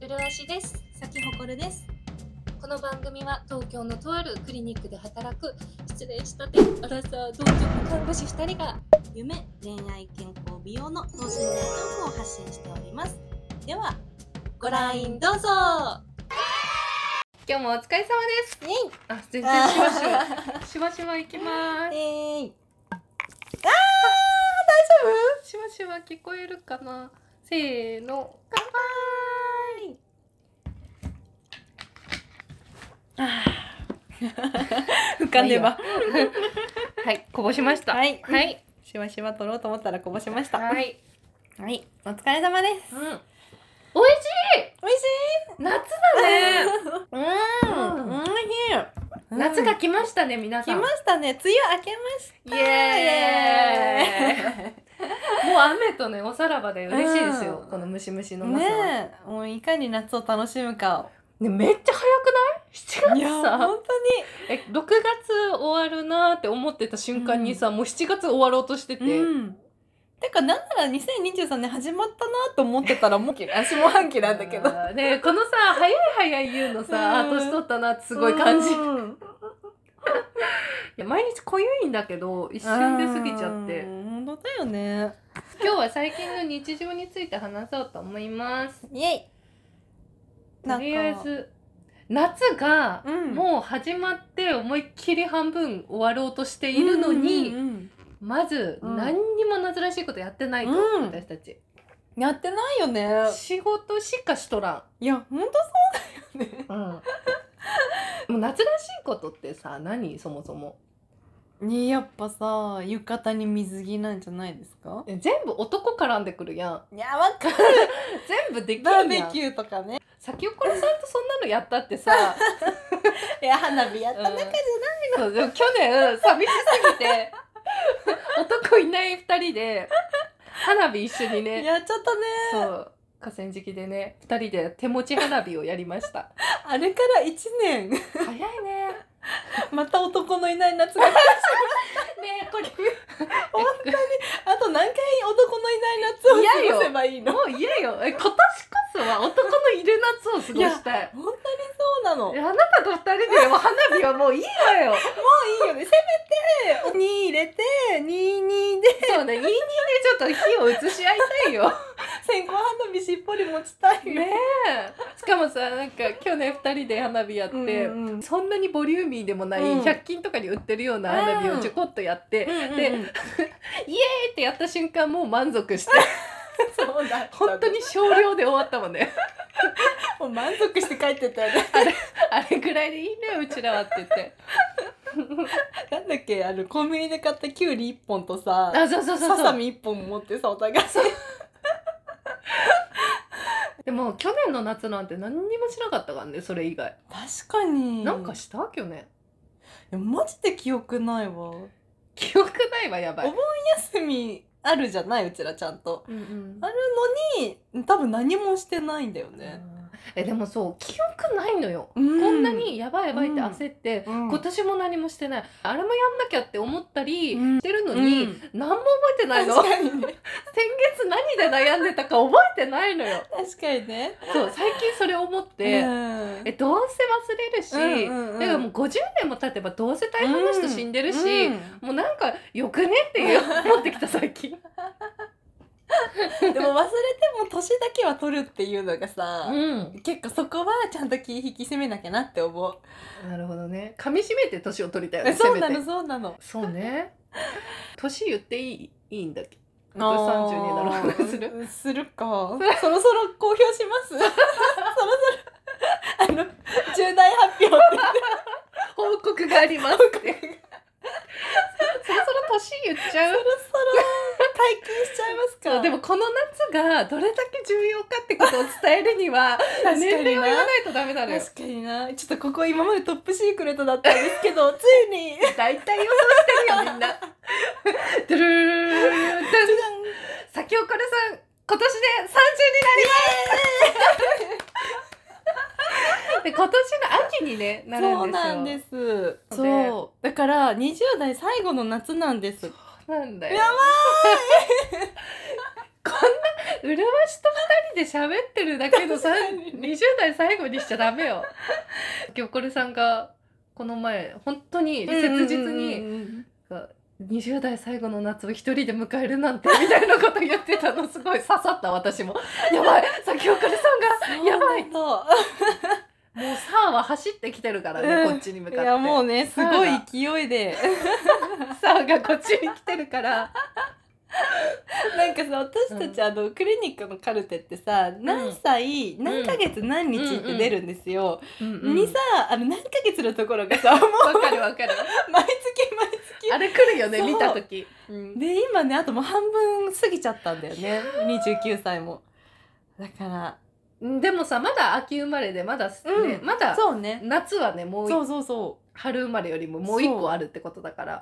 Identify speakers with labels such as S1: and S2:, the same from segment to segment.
S1: 古足です。
S2: 咲ほこるです。
S1: この番組は東京のとあるクリニックで働く失礼したてアラサー同居看護師2人が
S2: 夢、恋愛、健康、美容の等身大トークを発信しております。ではご覧どうぞ。
S1: 今日もお疲れ様です。
S2: イエイ。
S1: あ、全然しばしばしばしばいきます。
S2: 大丈夫？
S1: しばしば聞こえるかな。せーの、乾杯。
S2: 浮かんでば。
S1: はい、こぼしました。
S2: はい。
S1: はい。
S2: しばしば取ろうと思ったらこぼしました。
S1: はい。
S2: はい。お疲れ様です。
S1: うん。美味しい。
S2: 美味しい。
S1: 夏だね。
S2: 美味しい。
S1: 夏が来ましたね、皆さん。
S2: 来ましたね。梅雨明けました。
S1: イエーイ。もう雨とね、おさらばで嬉しいですよ。このムシムシの夏は。
S2: ねえ、もういかに夏を楽しむかを。
S1: ね、めっちゃ早くない？7
S2: いや
S1: 月さ、
S2: 本当に
S1: 6月終わるなーって思ってた瞬間にさ、もう7月終わろうとしてて、
S2: てかなんなら2023年始まったなと思ってたらもう下半期なんだけど
S1: ね、このさ、早い言うのさ、年取ったなってすごい感じ。いや、毎日濃いんだけど一瞬で過ぎちゃって。
S2: 本当だよね。
S1: 今日は最近の日常について話そうと思います。
S2: イエイ。
S1: とりあえず夏がもう始まって思いっきり半分終わろうとしているのに、まず何にも夏らしいことやってないと、私たち
S2: やってないよね。
S1: 仕事しかしとらん。
S2: いやほんとそうだよね。
S1: もう夏らしいことってさ、何そもそも。
S2: やっぱさ、浴衣に水着なんじゃないですか？
S1: 全部男絡んでくるやん。
S2: いやわかる。
S1: 全部できるやん。
S2: バーベキューとかね。
S1: 咲ほこるさんとそんなのやったってさ
S2: いや花火やった中じゃないの。
S1: そう、でも去年寂しすぎて男いない2人で花火一緒にね、
S2: やっちゃったね。
S1: そう、河川敷でね、2人で手持ち花火をやりました。
S2: あれから1年。
S1: 早いね。
S2: また男のいない夏が。
S1: ねえ、これ
S2: 本当にあと何回男のいない夏を過ごせばいいの？
S1: もう嫌よ。今年こそは男のいる夏を過ごしたい。
S2: 本当にそうなの。
S1: あなたと2人でも花火はもういいわよ。
S2: もういいよね。せめて2入れて22で。
S1: そうね、22でちょっと火を移し合いたいよ。
S2: 線香花火しっぽり持ちたいよ
S1: ねえ。しかもさ、なんか去年2人で花火やって、そんなにボリューミーでもない、100均とかに売ってるような花火をちょこっとやって、で、イエーイってやった瞬間もう満足して
S2: そうだった
S1: 本当に少量で終わったもんね。
S2: もう満足して帰ってたよね。
S1: あれぐらいでいいね、うちらはって言って。
S2: なんだっけ、コンビニで買ったキュウリ1本とさ、
S1: そう
S2: ささみ1本持ってさ、お互い
S1: でも去年の夏なんて何にもしなかったからね、それ以外。
S2: 確かに。
S1: なんかした去年。
S2: マジで記憶ないわ。
S1: 記憶ないわ、やばい。
S2: お盆休みあるじゃない、うちらちゃんと、あるのに多分何もしてないんだよね。
S1: でもそう記憶ないのよ、こんなにやばいやばいって焦って、今年も何もしてない、あれもやんなきゃって思ったりしてるのに、何も覚えてないの。
S2: 確かにね。
S1: 先月何で悩んでたか覚えてないのよ。
S2: 確かにね。
S1: そう、最近それ思って、どうせ忘れるし、だからもう50年も経てばどうせ大半の人死んでるし、もうなんかよくねって思ってきた最近。
S2: でも忘れても年だけは取るっていうのがさ、結構そこはちゃんと気引き締めなきゃなって思う。
S1: なるほどね。噛み締めて年を取りたいよね。
S2: そうなのそうなの。
S1: そうね。年言っていいんだっけ。今年30になる話する
S2: か。そろそろ公表します。そろそろ重大発表って
S1: 報告がありますって。そろそろ年言っちゃう。
S2: そろそろ解禁しちゃいますか。
S1: でもこの夏がどれだけ重要かってことを伝えるには年齢を言わないとダメなのよ。
S2: 確かにな。ちょっとここ今までトップシークレットだったんですけどついに
S1: 大体予想してるよみんな。ドゥルルルル咲ほこるさん今年で30になります。で今年の秋にねなるんですよ。
S2: そうなんです。そうだから20代最後の夏なんです。
S1: なんだよ。
S2: やばい。
S1: こん麗しと2人で喋ってるだけの20代最後にしちゃダメよ。今日これさんがこの前本当に切実に20代最後の夏を一人で迎えるなんてみたいなこと言ってたのすごい刺さった。私もやばい、先おかれさんがやばいともうサーは走ってきてるからね、こっちに向かって。
S2: いやもうねすごい勢いで
S1: サーがこっちに来てるから
S2: なんかさ、私たちクリニックのカルテってさ、何歳、何ヶ月何日って出るんですよ。にさ、何ヶ月のところがさ、もう
S1: わかるわかる
S2: 毎月毎月
S1: あれ来るよね、見た時。
S2: で今ね、あともう半分過ぎちゃったんだよね、29歳も。だから
S1: でもさ、まだ秋生まれでまだね、まだ
S2: そうね、
S1: 夏はね、もう
S2: そう
S1: 春生まれよりももう一個あるってことだから、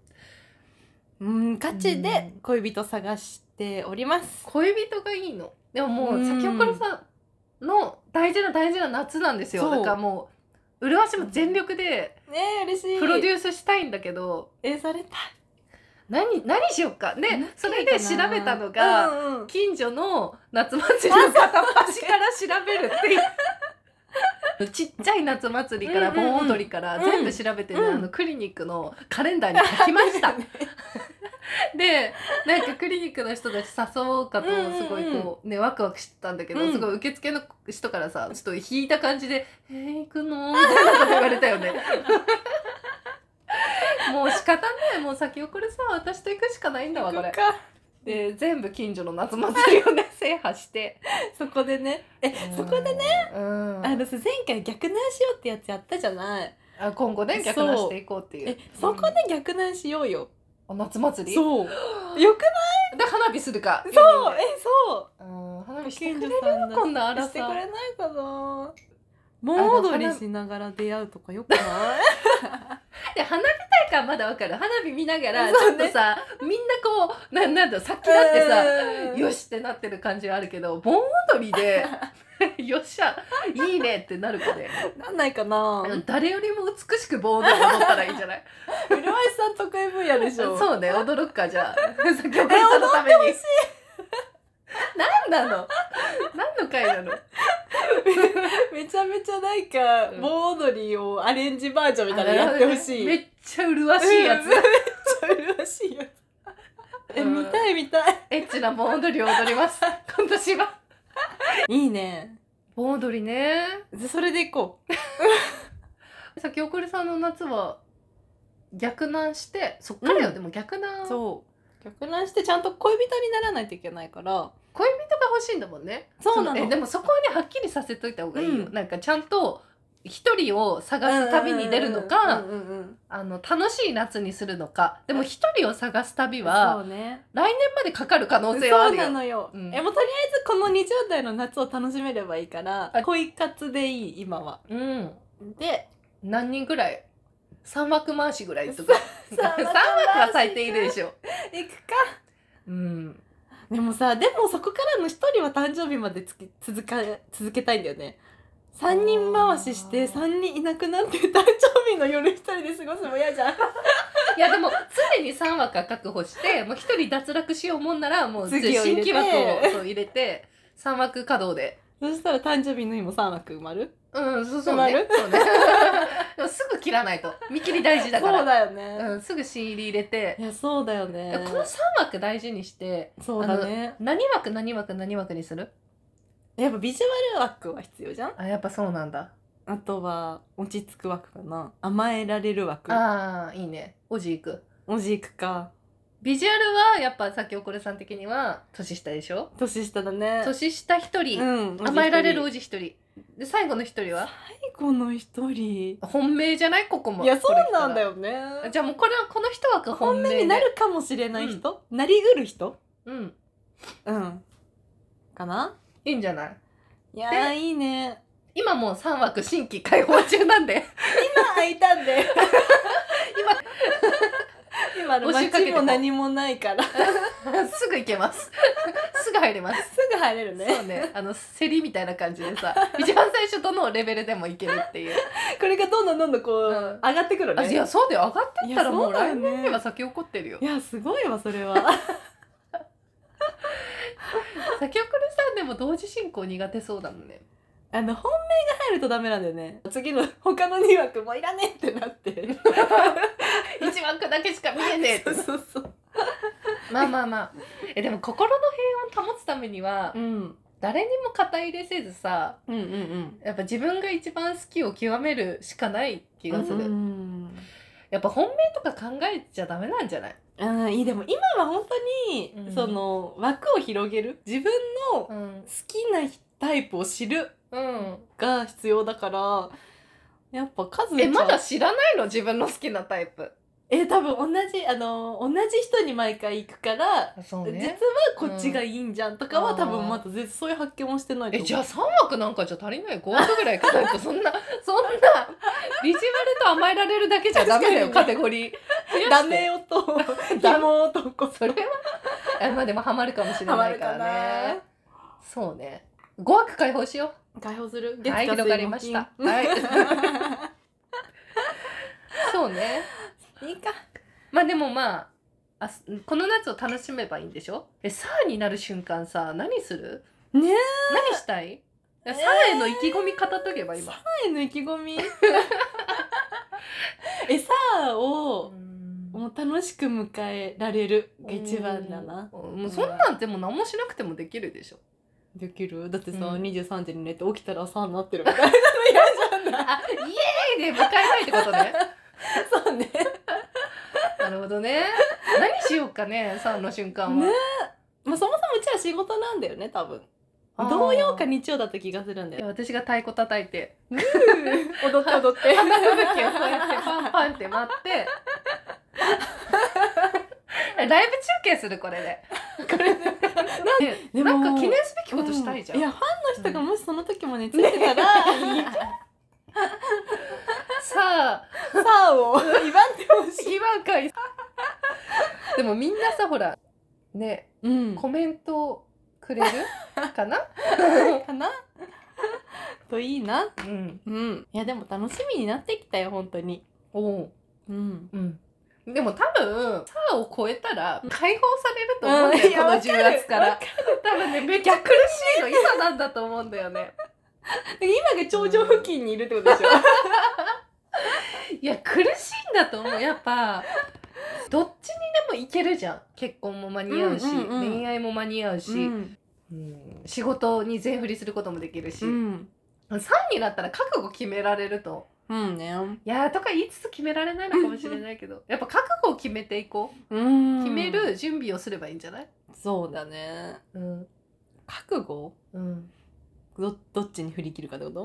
S2: ガチで恋人探しております。
S1: 恋人がいいの。でももう先ほどさの大事な夏なんですよ。だからもう麗しも全力で
S2: 嬉しい
S1: プロデュースしたいんだけど、
S2: されたい。
S1: 何しよっかね。それで調べたのが、近所の夏祭りの片っ端から調べるっていうちっちゃい夏祭りから盆踊りから全部調べてね、クリニックのカレンダーに書きました。でなんかクリニックの人たち誘おうかとすごいこうねワクワクしてたんだけど、すごい受付の人からさちょっと引いた感じで「行くの?」みたいなこと言われたよね。もう仕方ない、もう先送るさ、私と行くしかないんだわこれ。で全部近所の夏祭りをね制覇して
S2: そこでねそこでね、前回逆難しようってやつやったじゃない。
S1: 今後ね逆難していこうっていう。
S2: そこで逆難しようよ。
S1: 夏祭り
S2: そうよくない？
S1: で花火するか。
S2: そう
S1: 花火してくれるよ、こんな荒さ
S2: してくれないかな。盆踊りしながら出会うとかよくない？
S1: で花火大会はまだわかる。花火見ながらちょっとさ、みんなこうなんだ先だってさ、よしってなってる感じはあるけど、盆踊りでよっしゃいいねってなるかね。
S2: なんないかな。
S1: 誰よりも美しく盆踊り踊ったらいいんじゃない？
S2: 浦井さん得意分野でしょ。
S1: そうね、踊るかじゃあ。先ほどさんのために。何なの？何の回なの？
S2: めちゃめちゃなんか盆踊りをアレンジバージョンみたいなのやってほしい。
S1: めっちゃ麗しいやつ。
S2: めっちゃ麗しいやつ。見たい見たい。
S1: エッチな盆踊りを踊ります。今年は。
S2: いいね。
S1: 盆踊りね。
S2: それで行こ
S1: う。さっきおくりさんの夏は逆難してそっからよ、でも逆難。
S2: 逆難してちゃんと恋人にならないといけないから。
S1: 恋人が欲しいんだもんね。
S2: そうなの。
S1: でもそこはねはっきりさせといた方がいいよ。なんかちゃんと一人を探す旅に出るのか、楽しい夏にするのか。でも一人を探す旅は来年までかかる可能性はあるよ。
S2: そうなのよ。もうとりあえずこの20代の夏を楽しめればいいから恋活でいい今は。で
S1: 何人ぐらい？3枠回しぐらいとか。3枠は最低いるでしょ。
S2: 行くか。でもさ、でもそこからの1人は誕生日まで続けたいんだよね。3人回しして3人いなくなって誕生日の夜1人で過ごすも嫌じゃん。い
S1: やでも常に3枠は確保してもう1人脱落しようもんならもう新規枠を入れて3枠稼働で。
S2: そしたら誕生日の日も3枠埋まる？
S1: そうね。でもすぐ切らないと。見切り大事だから。
S2: そうだよね。
S1: すぐ新入り入れて。
S2: いやそうだよね。
S1: この3枠大事にして。
S2: そうだね。
S1: 何枠にする？
S2: やっぱビジュアル枠は必要じゃん。
S1: やっぱそうなんだ。
S2: あとは落ち着く枠かな。甘えられる枠。
S1: いいね。おじいく
S2: か。
S1: ビジュアルはやっぱさっきおこれさん的には年下でしょ？
S2: 年下だね。
S1: 年下1人、甘えられるおじ1人で最後の1人は？
S2: 最後の1人
S1: 本命じゃない？ここも。い
S2: やそうなんだよね。
S1: じゃあもうこの人枠
S2: 本命になるかもしれない人、なりうる人かな。
S1: いいんじゃない？
S2: いやいいね。
S1: 今もう3枠新規開放中なんで
S2: 今空いたんで今の街も何もないから
S1: すぐ行けます。すぐ入れます。
S2: すぐ入れるね。
S1: そうね。競りみたいな感じでさ一番最初どのレベルでもいけるっていう
S2: これがどんどんこう、上がってくるね。
S1: いやそうだよ。上がってったらもう来年には先起こってるよ。
S2: いやすごいわそれは
S1: さきおくるさんでも同時進行苦手そうだもんね。
S2: 本命が入るとダメなんだよね。次の他の2枠もいらねえってなって
S1: 1枠だけしか見えねえって
S2: そう
S1: まあまあまあでも心の平穏を保つためには、誰にも肩入れせずさ、やっぱ自分が一番好きを極めるしかない気がする。やっぱ本命とか考えちゃダメなんじゃない？
S2: いい。でも今は本当に、その枠を広げる、自分の好きなタイプを知るが必要だから、やっぱ数
S1: まだ知らないの？自分の好きなタイプ。
S2: 多分同じ人に毎回行くから、
S1: そうね、
S2: 実はこっちがいいんじゃんとかは、多分まだそういう発見もしてないと思う。
S1: じゃあ3枠なんかじゃ足りない？5枠ぐらいかないとそんなビジュアルと甘えられるだけじゃダメだよ、カテゴリー。
S2: ダメ男、ダモ男。
S1: それはまあでもハマるかもしれないからね。そうね。5枠解放しよう。
S2: 解放する。
S1: はい、広がりました。はい。そうね。
S2: いいか。ま
S1: あでもまあ、この夏を楽しめばいいんでしょ？サーになる瞬間さ、何する？
S2: ねえ。
S1: 何したい？サーへの意気込み語っとけば今。
S2: サーへの意気込み？サーをもう楽しく迎えられるが一番だな。
S1: もうそんなんてもう何もしなくてもできるでしょ。
S2: できる？だってさ、23時に寝て起きたら朝になってるみたいなの嫌じゃない？
S1: イエーイで迎えたいってことね。
S2: そうね。
S1: なるほどね。何しようかね、3の瞬間は。
S2: ね。まあそもそもうちは仕事なんだよね、多分。土曜か日曜だった気がするんだよ。
S1: 私が太鼓叩いて、
S2: 踊って花吹雪をこう
S1: やってパンパンって待って。ライブ中継するこれで。これで。なんか記念すべきことしたいじゃん。
S2: いやファンの人がもしその時もねついてたら。さあを祝ってほしい。
S1: 祝うかい。でもみんなさほらね、コメントくれるかな
S2: かなといいな。いやでも楽しみになってきたよ本当に。
S1: でも多分サーを超えたら解放されると思うんだよ、この重圧から。多分ねめっちゃ苦しいの今なんだと思うんだよね。
S2: 今が頂上付近にいるってことでしょ。
S1: いや苦しいんだと思う。やっぱどっちにでもいけるじゃん。結婚も間に合うし、恋愛も間に合うし、仕事に全振りすることもできるし、3になったら覚悟決められると。いやとか言いつつ決められないのかもしれないけど、やっぱ覚悟を決めていこう。決める準備をすればいいんじゃない？
S2: そうだね。覚悟？どっちに振り切るかってこと？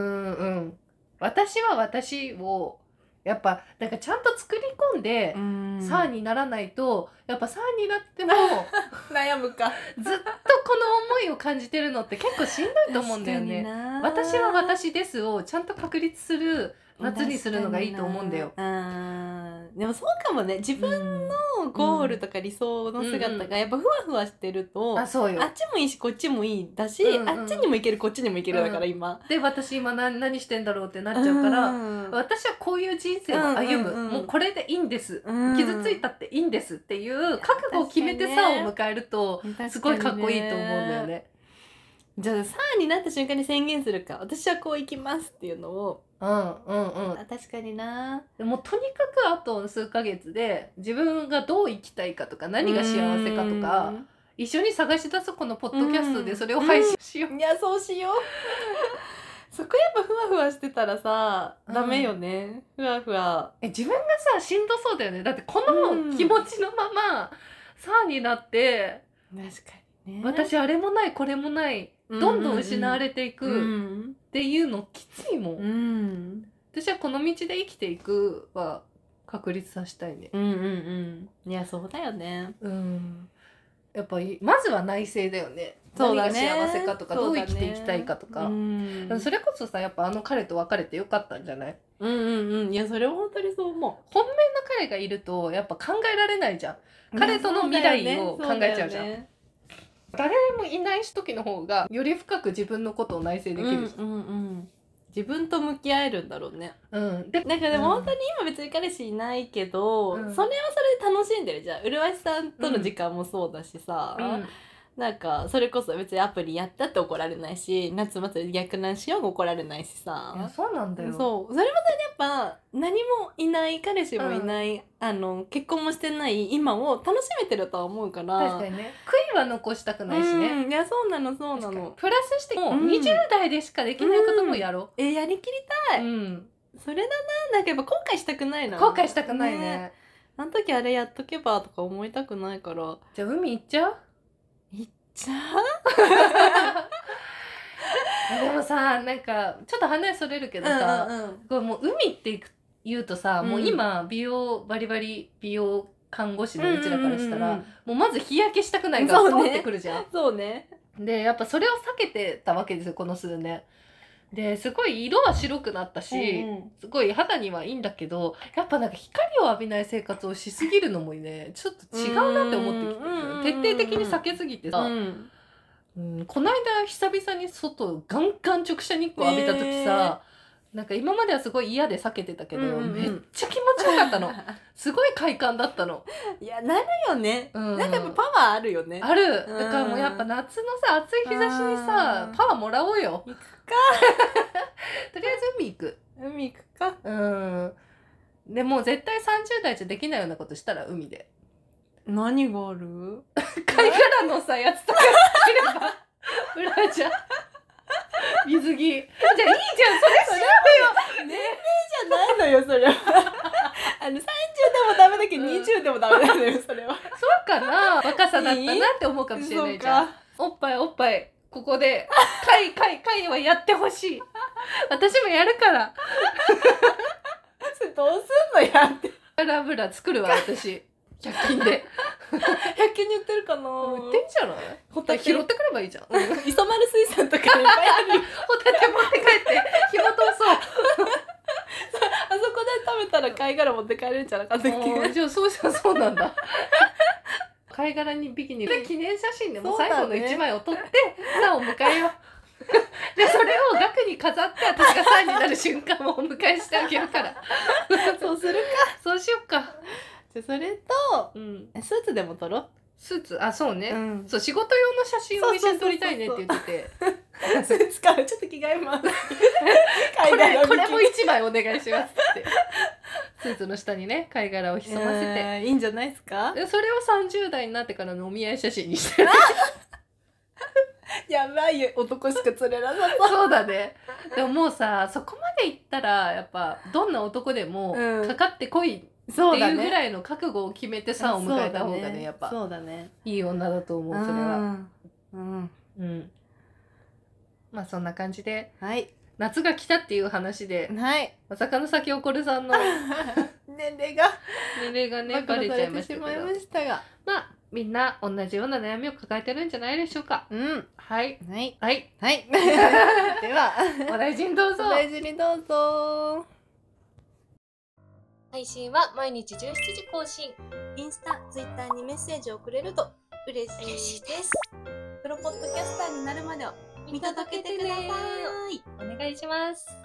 S1: 私は私をやっぱなんかちゃんと作り込んでサーにならないと、やっぱサーになっても
S2: 悩むか。
S1: ずっとこの思いを感じてるのって結構しんどいと思うんだよね。私は私ですをちゃんと確立する夏にするのがいいと思うんだよ。
S2: でもそうかもね。自分のゴールとか理想の姿がやっぱふわふわしてると、あっちもいいしこっちもいいだし、あっちにも行けるこっちにも行けるだから今。
S1: で私今何してんだろうってなっちゃうから、私はこういう人生を歩む、もうこれでいいんです、傷ついたっていいんですっていう覚悟を決めてサーを迎えるとすごいかっこいいと思うんだよね。
S2: じゃあサーになった瞬間に宣言するか。私はこう行きますっていうのを。確かにな。
S1: もうとにかくあと数ヶ月で自分がどう生きたいかとか何が幸せかとか一緒に探し出すこのポッドキャストでそれを配信しよう。
S2: いやそうしよう。そこやっぱふわふわしてたらさダメよね。ふわふわ。
S1: 自分がさしんどそうだよね。だってこの気持ちのままサーになって
S2: 確かにね。
S1: 私あれもないこれもないどんどん失われていくっていうのきついもん。私はこの道で生きていくは確立させたいね。
S2: いやそうだよね。
S1: やっぱりまずは内省だよね。何が幸せかとかどう生きていきたいかとか。それこそさやっぱあの彼と別れてよかったんじゃない？
S2: いやそれは本当にそう思う。
S1: 本命の彼がいるとやっぱ考えられないじゃん。彼との未来を考えちゃうじゃん。誰もいない時の方がより深く自分のことを内省できる。
S2: 自分と向き合えるんだろうね。なんかでも本当に今別に彼氏いないけど、それはそれで楽しんでるじゃん。麗しさんとの時間もそうだしさ、 なんかそれこそ別にアプリやったって怒られないし、夏祭り逆難しようが怒られないしさ。
S1: いやそうなんだよ。
S2: そうそれもそれでやっぱ何もいない彼氏もいない、結婚もしてない今を楽しめてるとは思うから。
S1: 確かにね、悔いは残したくないしね。
S2: いやそうなのそうなの。
S1: プラスしても20代でしかできないこともやろう。
S2: やりきりたい。それだな。なんかやっぱ後悔したくないな。
S1: 後悔したくないね。
S2: あの時あれやっとけばとか思いたくないから。
S1: じゃあ海行っちゃう？
S2: 行っちゃ
S1: う？でもさ、なんかちょっと話それるけどさ、これもう海って言うとさ、もう今バリバリ美容看護師のうちらからしたら、もうまず日焼けしたくないから通ってくるじゃん。
S2: そうね。
S1: でやっぱそれを避けてたわけですよこの数年。ですごい色は白くなったし、すごい肌にはいいんだけど、やっぱなんか光を浴びない生活をしすぎるのもねちょっと違うなって思ってきて、徹底的に避けすぎてさ、この間久々に外ガンガン直射日光浴びた時さ、なんか今まではすごい嫌で避けてたけど、めっちゃ気持ちよかったの。すごい快感だったの。
S2: いやなるよね。なんかやっぱパワーあるよね。
S1: ある。だからもうやっぱ夏のさ暑い日差しにさパワーもらおうよ。行くか。とりあえず海行く。
S2: 海行くか。
S1: でもう絶対30代じゃできないようなことしたら海で。何がある？貝殻のさやつとか着れば裏じゃ水着。じゃあいいじゃん、それしようよ。
S2: 年齢じゃないのよそれは。30でもダメだけど20でもダメなのよそれは。
S1: そうかな、若さだったなって思うかもしれないじゃん。おっぱいおっぱいここで貝はやってほしい。私もやるから。
S2: それどうすんのやって。
S1: ブラブラ作るわ私。100均で。
S2: 100均に売ってるかな。
S1: 売ってんじゃない？ホタテ拾ってくればいいじゃん。
S2: 磯丸水産とかいっぱいある。
S1: ホタテ持って帰って紐通そう。
S2: あそこで食べたら貝殻持って帰れるんじゃなかったっけ？
S1: じゃあそうなんだ。貝殻にビキニで記念写真でも最後の1枚を撮ってさを迎えよう。でそれを額に飾って私が3になる瞬間をお迎えしてあげるから。
S2: そうするか。
S1: そうしよっか。
S2: じゃそれと、スーツでも撮ろう。
S1: スーツ、あ、そうね、そう仕事用の写真を一緒に撮りたいねって言ってて。
S2: スーツからちょっと着替えます。
S1: これも1枚お願いしますって。スーツの下にね貝殻を潜ませて、
S2: いいんじゃないですか。
S1: でそれを30代になってからのお見合い写真にしてる。
S2: やばいよ、男しか釣れなさそう。
S1: そうだね。でももうさそこまでいったらやっぱどんな男でもかかってこいっていうぐらいの覚悟を決めてさを迎えた方がねやっぱ
S2: そうだね、
S1: いい女だと思う。それはまあそんな感じで、夏が来たっていう話で、まさかの先おこるさんの
S2: 年齢が
S1: ねバレちゃいましたけど、まあみんな同じような悩みを抱えてるんじゃないでしょうか。はい。ではお大事にどうぞ。お
S2: 大事にどうぞ。
S1: 配信は毎日17時更新。
S2: インスタ、ツイッターにメッセージをくれると嬉しいです。プロポッドキャスターになるまでを見届けてください。
S1: お願いします。